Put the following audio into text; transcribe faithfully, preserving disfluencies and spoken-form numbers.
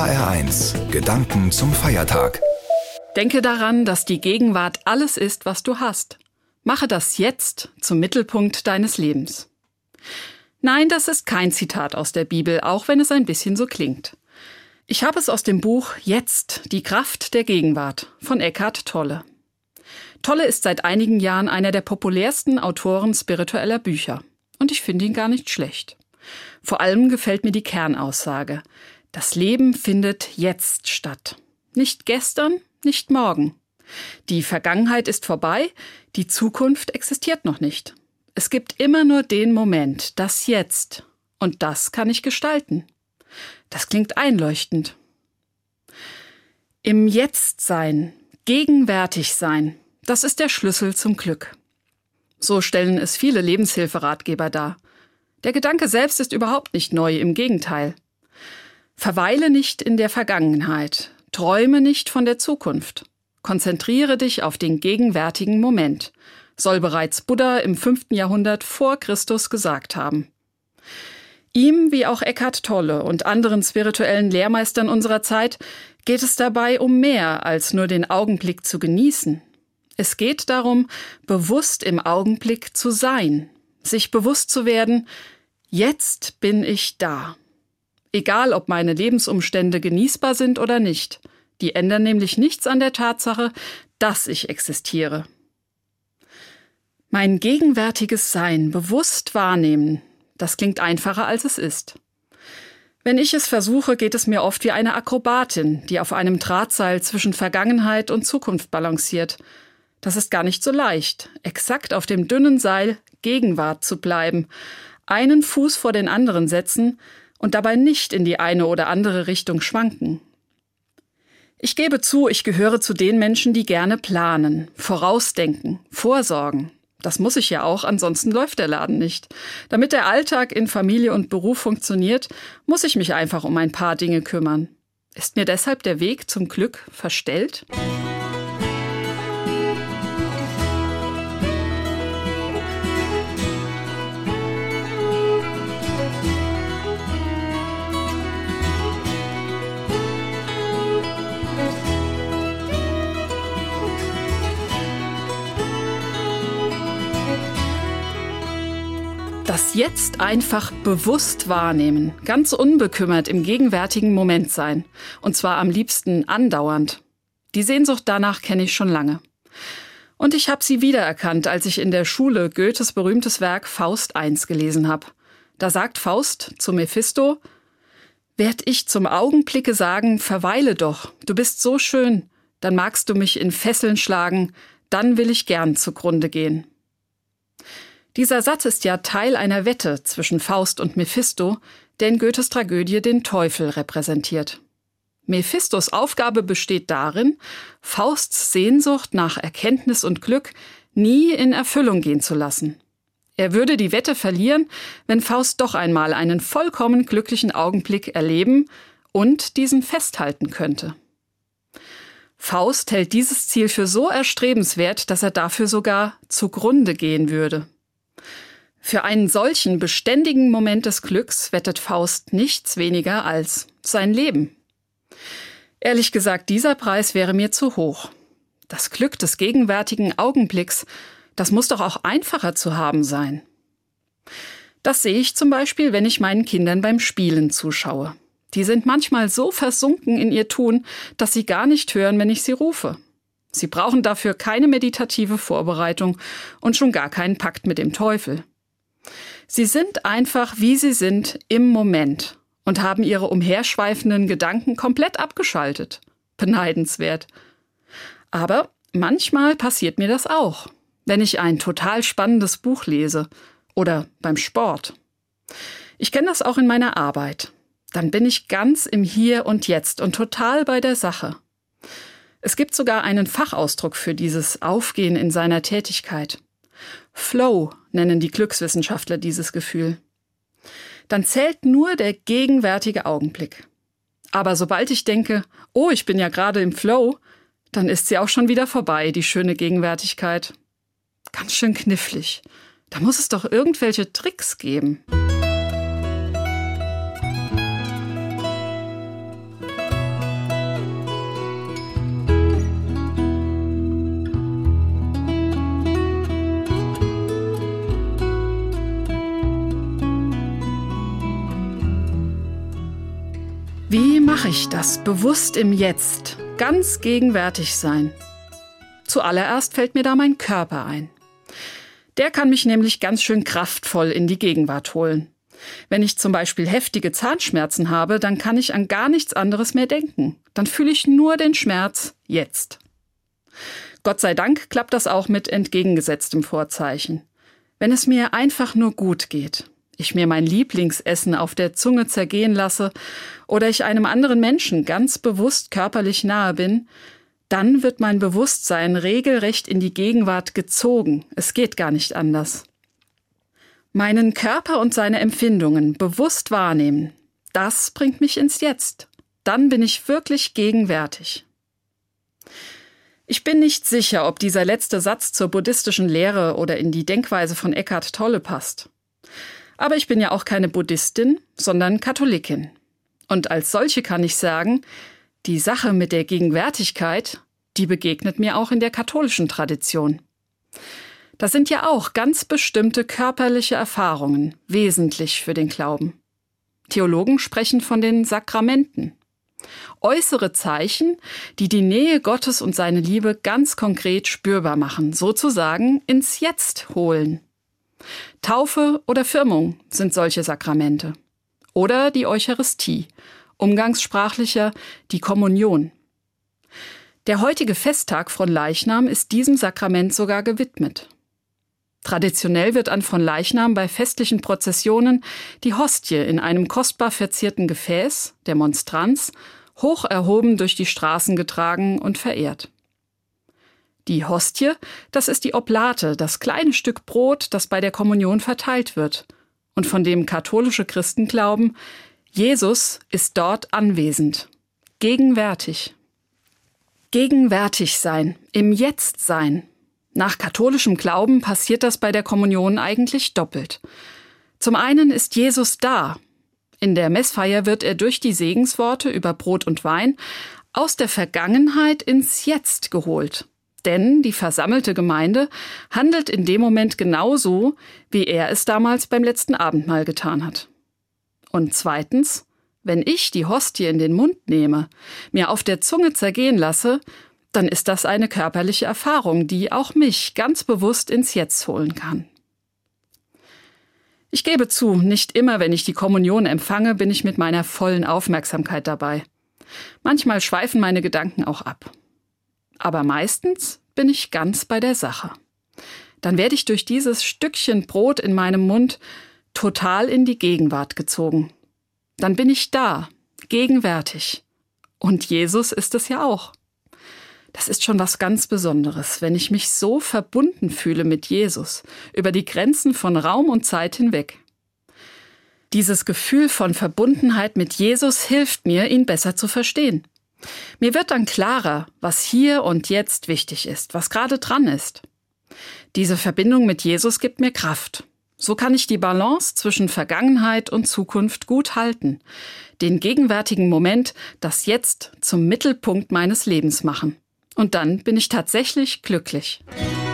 H R eins. Gedanken zum Feiertag. Denke daran, dass die Gegenwart alles ist, was du hast. Mache das jetzt zum Mittelpunkt deines Lebens. Nein, das ist kein Zitat aus der Bibel, auch wenn es ein bisschen so klingt. Ich habe es aus dem Buch Jetzt, die Kraft der Gegenwart von Eckhart Tolle. Tolle ist seit einigen Jahren einer der populärsten Autoren spiritueller Bücher. Und ich finde ihn gar nicht schlecht. Vor allem gefällt mir die Kernaussage: Das Leben findet jetzt statt. Nicht gestern, nicht morgen. Die Vergangenheit ist vorbei, die Zukunft existiert noch nicht. Es gibt immer nur den Moment, das Jetzt. Und das kann ich gestalten. Das klingt einleuchtend. Im Jetzt sein, gegenwärtig sein, das ist der Schlüssel zum Glück. So stellen es viele Lebenshilferatgeber dar. Der Gedanke selbst ist überhaupt nicht neu, im Gegenteil. Verweile nicht in der Vergangenheit, träume nicht von der Zukunft. Konzentriere dich auf den gegenwärtigen Moment, soll bereits Buddha im fünften Jahrhundert vor Christus gesagt haben. Ihm, wie auch Eckhart Tolle und anderen spirituellen Lehrmeistern unserer Zeit, geht es dabei um mehr als nur den Augenblick zu genießen. Es geht darum, bewusst im Augenblick zu sein, sich bewusst zu werden: Jetzt bin ich da. Egal, ob meine Lebensumstände genießbar sind oder nicht. Die ändern nämlich nichts an der Tatsache, dass ich existiere. Mein gegenwärtiges Sein bewusst wahrnehmen, das klingt einfacher, als es ist. Wenn ich es versuche, geht es mir oft wie eine Akrobatin, die auf einem Drahtseil zwischen Vergangenheit und Zukunft balanciert. Das ist gar nicht so leicht, exakt auf dem dünnen Seil Gegenwart zu bleiben, einen Fuß vor den anderen setzen und dabei nicht in die eine oder andere Richtung schwanken. Ich gebe zu, ich gehöre zu den Menschen, die gerne planen, vorausdenken, vorsorgen. Das muss ich ja auch, ansonsten läuft der Laden nicht. Damit der Alltag in Familie und Beruf funktioniert, muss ich mich einfach um ein paar Dinge kümmern. Ist mir deshalb der Weg zum Glück verstellt? Das Jetzt einfach bewusst wahrnehmen, ganz unbekümmert im gegenwärtigen Moment sein. Und zwar am liebsten andauernd. Die Sehnsucht danach kenne ich schon lange. Und ich habe sie wiedererkannt, als ich in der Schule Goethes berühmtes Werk Faust eins gelesen habe. Da sagt Faust zu Mephisto: Werd ich zum Augenblicke sagen, verweile doch, du bist so schön, dann magst du mich in Fesseln schlagen, dann will ich gern zugrunde gehen. Dieser Satz ist ja Teil einer Wette zwischen Faust und Mephisto, der in Goethes Tragödie den Teufel repräsentiert. Mephistos Aufgabe besteht darin, Fausts Sehnsucht nach Erkenntnis und Glück nie in Erfüllung gehen zu lassen. Er würde die Wette verlieren, wenn Faust doch einmal einen vollkommen glücklichen Augenblick erleben und diesen festhalten könnte. Faust hält dieses Ziel für so erstrebenswert, dass er dafür sogar zugrunde gehen würde. Für einen solchen beständigen Moment des Glücks wettet Faust nichts weniger als sein Leben. Ehrlich gesagt, dieser Preis wäre mir zu hoch. Das Glück des gegenwärtigen Augenblicks, das muss doch auch einfacher zu haben sein. Das sehe ich zum Beispiel, wenn ich meinen Kindern beim Spielen zuschaue. Die sind manchmal so versunken in ihr Tun, dass sie gar nicht hören, wenn ich sie rufe. Sie brauchen dafür keine meditative Vorbereitung und schon gar keinen Pakt mit dem Teufel. Sie sind einfach, wie sie sind, im Moment und haben ihre umherschweifenden Gedanken komplett abgeschaltet. Beneidenswert. Aber manchmal passiert mir das auch, wenn ich ein total spannendes Buch lese oder beim Sport. Ich kenne das auch in meiner Arbeit. Dann bin ich ganz im Hier und Jetzt und total bei der Sache. Es gibt sogar einen Fachausdruck für dieses Aufgehen in seiner Tätigkeit. Flow nennen die Glückswissenschaftler dieses Gefühl. Dann zählt nur der gegenwärtige Augenblick. Aber sobald ich denke, oh, ich bin ja gerade im Flow, dann ist sie auch schon wieder vorbei, die schöne Gegenwärtigkeit. Ganz schön knifflig. Da muss es doch irgendwelche Tricks geben. Wie mache ich das? Bewusst im Jetzt, ganz gegenwärtig sein. Zuallererst fällt mir da mein Körper ein. Der kann mich nämlich ganz schön kraftvoll in die Gegenwart holen. Wenn ich zum Beispiel heftige Zahnschmerzen habe, dann kann ich an gar nichts anderes mehr denken. Dann fühle ich nur den Schmerz jetzt. Gott sei Dank klappt das auch mit entgegengesetztem Vorzeichen. Wenn es mir einfach nur gut geht, ich mir mein Lieblingsessen auf der Zunge zergehen lasse oder ich einem anderen Menschen ganz bewusst körperlich nahe bin, dann wird mein Bewusstsein regelrecht in die Gegenwart gezogen. Es geht gar nicht anders. Meinen Körper und seine Empfindungen bewusst wahrnehmen, das bringt mich ins Jetzt. Dann bin ich wirklich gegenwärtig. Ich bin nicht sicher, ob dieser letzte Satz zur buddhistischen Lehre oder in die Denkweise von Eckhart Tolle passt. Aber ich bin ja auch keine Buddhistin, sondern Katholikin. Und als solche kann ich sagen, die Sache mit der Gegenwärtigkeit, die begegnet mir auch in der katholischen Tradition. Das sind ja auch ganz bestimmte körperliche Erfahrungen, wesentlich für den Glauben. Theologen sprechen von den Sakramenten. Äußere Zeichen, die die Nähe Gottes und seine Liebe ganz konkret spürbar machen, sozusagen ins Jetzt holen. Taufe oder Firmung sind solche Sakramente. Oder die Eucharistie, umgangssprachlicher die Kommunion. Der heutige Festtag von Leichnam ist diesem Sakrament sogar gewidmet. Traditionell wird an Fronleichnam bei festlichen Prozessionen die Hostie in einem kostbar verzierten Gefäß, der Monstranz, hoch erhoben durch die Straßen getragen und verehrt. Die Hostie, das ist die Oblate, das kleine Stück Brot, das bei der Kommunion verteilt wird und von dem katholische Christen glauben, Jesus ist dort anwesend, gegenwärtig. Gegenwärtig sein, im Jetzt sein. Nach katholischem Glauben passiert das bei der Kommunion eigentlich doppelt. Zum einen ist Jesus da. In der Messfeier wird er durch die Segensworte über Brot und Wein aus der Vergangenheit ins Jetzt geholt. Denn die versammelte Gemeinde handelt in dem Moment genauso, wie er es damals beim letzten Abendmahl getan hat. Und zweitens, wenn ich die Hostie in den Mund nehme, mir auf der Zunge zergehen lasse, dann ist das eine körperliche Erfahrung, die auch mich ganz bewusst ins Jetzt holen kann. Ich gebe zu, nicht immer, wenn ich die Kommunion empfange, bin ich mit meiner vollen Aufmerksamkeit dabei. Manchmal schweifen meine Gedanken auch ab. Aber meistens bin ich ganz bei der Sache. Dann werde ich durch dieses Stückchen Brot in meinem Mund total in die Gegenwart gezogen. Dann bin ich da, gegenwärtig. Und Jesus ist es ja auch. Das ist schon was ganz Besonderes, wenn ich mich so verbunden fühle mit Jesus, über die Grenzen von Raum und Zeit hinweg. Dieses Gefühl von Verbundenheit mit Jesus hilft mir, ihn besser zu verstehen. Mir wird dann klarer, was hier und jetzt wichtig ist, was gerade dran ist. Diese Verbindung mit Jesus gibt mir Kraft. So kann ich die Balance zwischen Vergangenheit und Zukunft gut halten, den gegenwärtigen Moment, das Jetzt, zum Mittelpunkt meines Lebens machen. Und dann bin ich tatsächlich glücklich.